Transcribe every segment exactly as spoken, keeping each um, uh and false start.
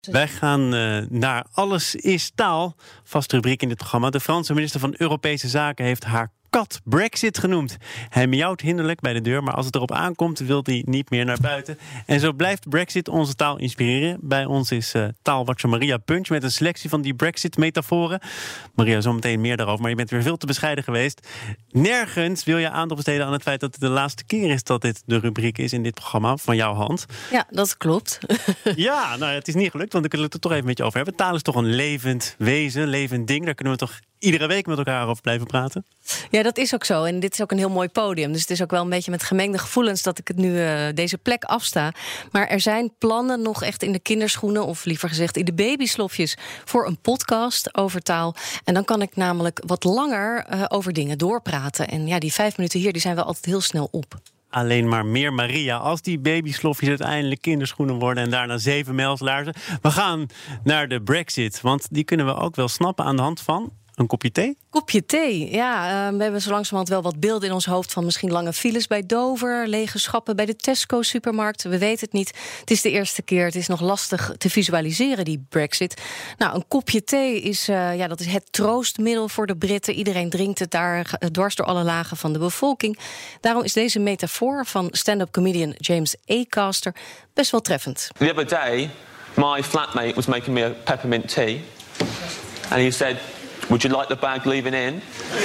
Wij gaan uh, naar Alles is taal. Vaste rubriek in dit programma. De Franse minister van Europese Zaken heeft haar kat Brexit genoemd. Hij miauwt hinderlijk bij de deur, maar als het erop aankomt wil hij niet meer naar buiten. En zo blijft Brexit onze taal inspireren. Bij ons is uh, taalwatcher Maria Punch met een selectie van die Brexit-metaforen. Maria, zometeen meer daarover, maar je bent weer veel te bescheiden geweest. Nergens wil je aandacht besteden aan het feit dat het de laatste keer is dat dit de rubriek is in dit programma van jouw hand. Ja, dat klopt. Ja, nou, het is niet gelukt, want we kunnen het er toch even met je over hebben. Taal is toch een levend wezen, levend ding. Daar kunnen we toch iedere week met elkaar over blijven praten? Ja, dat is ook zo. En dit is ook een heel mooi podium. Dus het is ook wel een beetje met gemengde gevoelens dat ik het nu uh, deze plek afsta. Maar er zijn plannen nog echt in de kinderschoenen, of liever gezegd in de babyslofjes, voor een podcast over taal. En dan kan ik namelijk wat langer uh, over dingen doorpraten. En ja, die vijf minuten hier, die zijn wel altijd heel snel op. Alleen maar meer Maria. Als die babyslofjes uiteindelijk kinderschoenen worden en daarna zeven mijlslaarzen. We gaan naar de Brexit, want die kunnen we ook wel snappen aan de hand van een kopje thee. Kopje thee, ja. Uh, we hebben zo langzamerhand wel wat beelden in ons hoofd van misschien lange files bij Dover, lege schappen bij de Tesco-supermarkt. We weten het niet. Het is de eerste keer. Het is nog lastig te visualiseren, die Brexit. Nou, een kopje thee is, uh, ja, dat is het troostmiddel voor de Britten. Iedereen drinkt het daar uh, dwars door alle lagen van de bevolking. Daarom is deze metafoor van stand-up comedian James Acaster best wel treffend. The other day, my flatmate was making me a peppermint tea. And he said, would you like the bag leaving in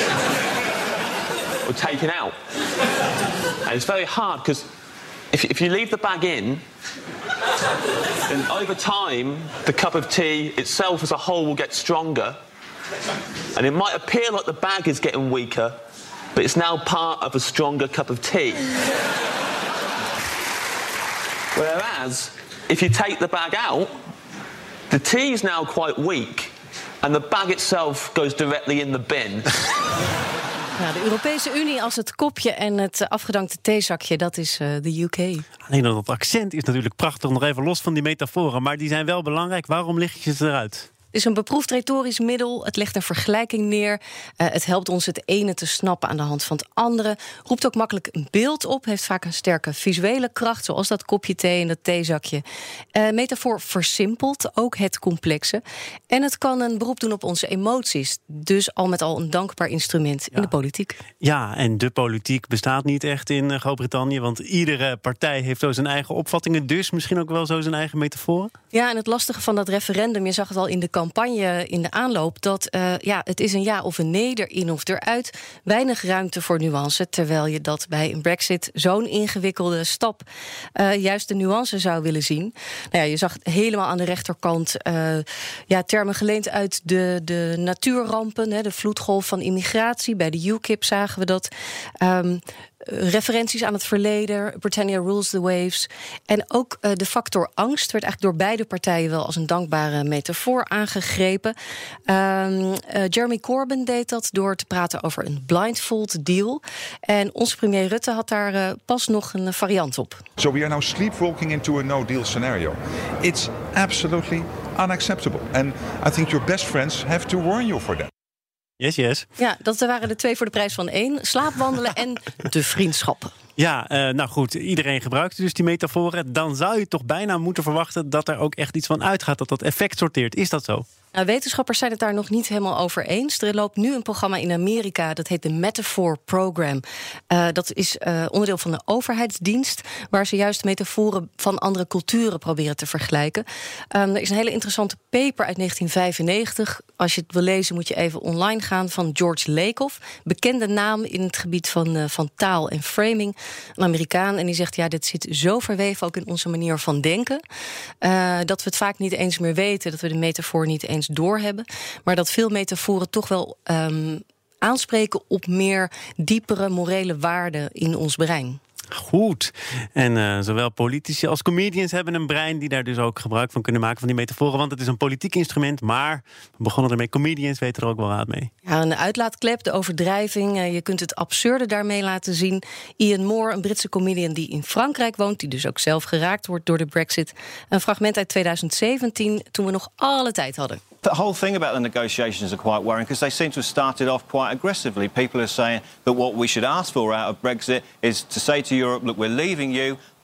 or taken out? And it's very hard because if, if you leave the bag in, then over time the cup of tea itself as a whole will get stronger. And it might appear like the bag is getting weaker, but it's now part of a stronger cup of tea. Whereas, if you take the bag out, the tea is now quite weak. And the bag itself goes directly in the bin. Ja, de Europese Unie als het kopje en het afgedankte theezakje, dat is uh, de U K. Alleen dat accent is natuurlijk prachtig, nog even los van die metaforen. Maar die zijn wel belangrijk. Waarom lig je ze eruit? Het is een beproefd retorisch middel. Het legt een vergelijking neer. Uh, het helpt ons het ene te snappen aan de hand van het andere. Roept ook makkelijk een beeld op. Heeft vaak een sterke visuele kracht, zoals dat kopje thee en dat theezakje. Uh, metafoor versimpelt ook het complexe. En het kan een beroep doen op onze emoties. Dus al met al een dankbaar instrument in ja. de politiek. Ja, en de politiek bestaat niet echt in Groot-Brittannië. Want iedere partij heeft zo zijn eigen opvattingen. Dus misschien ook wel zo zijn eigen metaforen. Ja, en het lastige van dat referendum, je zag het al in de campagne in de aanloop, dat uh, ja, het is een ja of een nee, erin of eruit. Weinig ruimte voor nuance, terwijl je dat bij een Brexit, zo'n ingewikkelde stap, uh, juist de nuance zou willen zien. Nou ja, je zag helemaal aan de rechterkant uh, ja, termen geleend uit de, de natuurrampen, hè, de vloedgolf van immigratie. Bij de U K I P zagen we dat. Um, referenties aan het verleden, Britannia rules the waves. En ook uh, de factor angst werd eigenlijk door beide partijen wel als een dankbare metafoor aangegrepen. Um, uh, Jeremy Corbyn deed dat door te praten over een blindfold deal. En onze premier Rutte had daar uh, pas nog een variant op. So we are now sleepwalking into a no-deal scenario. It's absolutely unacceptable. And I think your best friends have to warn you for that. Yes, yes. Ja, dat waren de twee voor de prijs van één. Slaapwandelen en de vriendschappen. Ja, uh, nou goed, iedereen gebruikt dus die metaforen. Dan zou je toch bijna moeten verwachten dat er ook echt iets van uitgaat, dat dat effect sorteert. Is dat zo? Nou, wetenschappers zijn het daar nog niet helemaal over eens. Er loopt nu een programma in Amerika, dat heet de Metaphor Program. Uh, dat is uh, onderdeel van de overheidsdienst, waar ze juist metaforen van andere culturen proberen te vergelijken. Um, er is een hele interessante paper uit negentien vijfennegentig. Als je het wil lezen, moet je even online gaan, van George Lakoff. Bekende naam in het gebied van, uh, van taal en framing. Een Amerikaan. En die zegt, ja, dit zit zo verweven ook in onze manier van denken, Uh, dat we het vaak niet eens meer weten, dat we de metafoor niet eens doorhebben, maar dat veel metaforen toch wel um, aanspreken op meer diepere morele waarden in ons brein. Goed. En uh, zowel politici als comedians hebben een brein die daar dus ook gebruik van kunnen maken van die metaforen. Want het is een politiek instrument, maar we begonnen ermee. Comedians weten er ook wel raad mee. Ja, een uitlaatklep, de overdrijving. Uh, je kunt het absurde daarmee laten zien. Ian Moore, een Britse comedian die in Frankrijk woont, die dus ook zelf geraakt wordt door de Brexit. Een fragment uit twintig zeventien, toen we nog alle tijd hadden. The whole thing about the negotiations are quite worrying because they seem to have started off quite aggressively. People are saying that what we should ask for out of Brexit is to say to Europe, look, we're leaving you,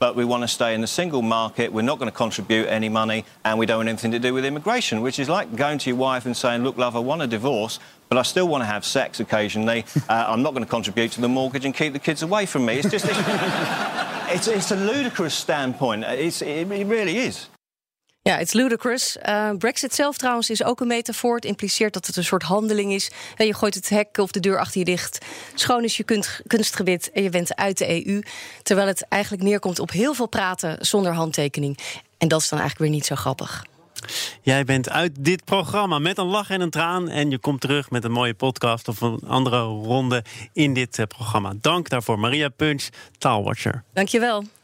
but we want to stay in the single market. We're not going to contribute any money, and we don't want anything to do with immigration, which is like going to your wife and saying, look, love, I want a divorce, but I still want to have sex occasionally. Uh, I'm not going to contribute to the mortgage and keep the kids away from me. It's just... It's, it's, it's a ludicrous standpoint. It's, it, it really is. Ja, it's ludicrous. Uh, Brexit zelf trouwens is ook een metafoor. Het impliceert dat het een soort handeling is. En je gooit het hek of de deur achter je dicht. Schoon is je kunst, kunstgebied en je bent uit de E U. Terwijl het eigenlijk neerkomt op heel veel praten zonder handtekening. En dat is dan eigenlijk weer niet zo grappig. Jij bent uit dit programma met een lach en een traan. En je komt terug met een mooie podcast of een andere ronde in dit uh, programma. Dank daarvoor, Maria Punch, Taalwatcher. Dank je wel.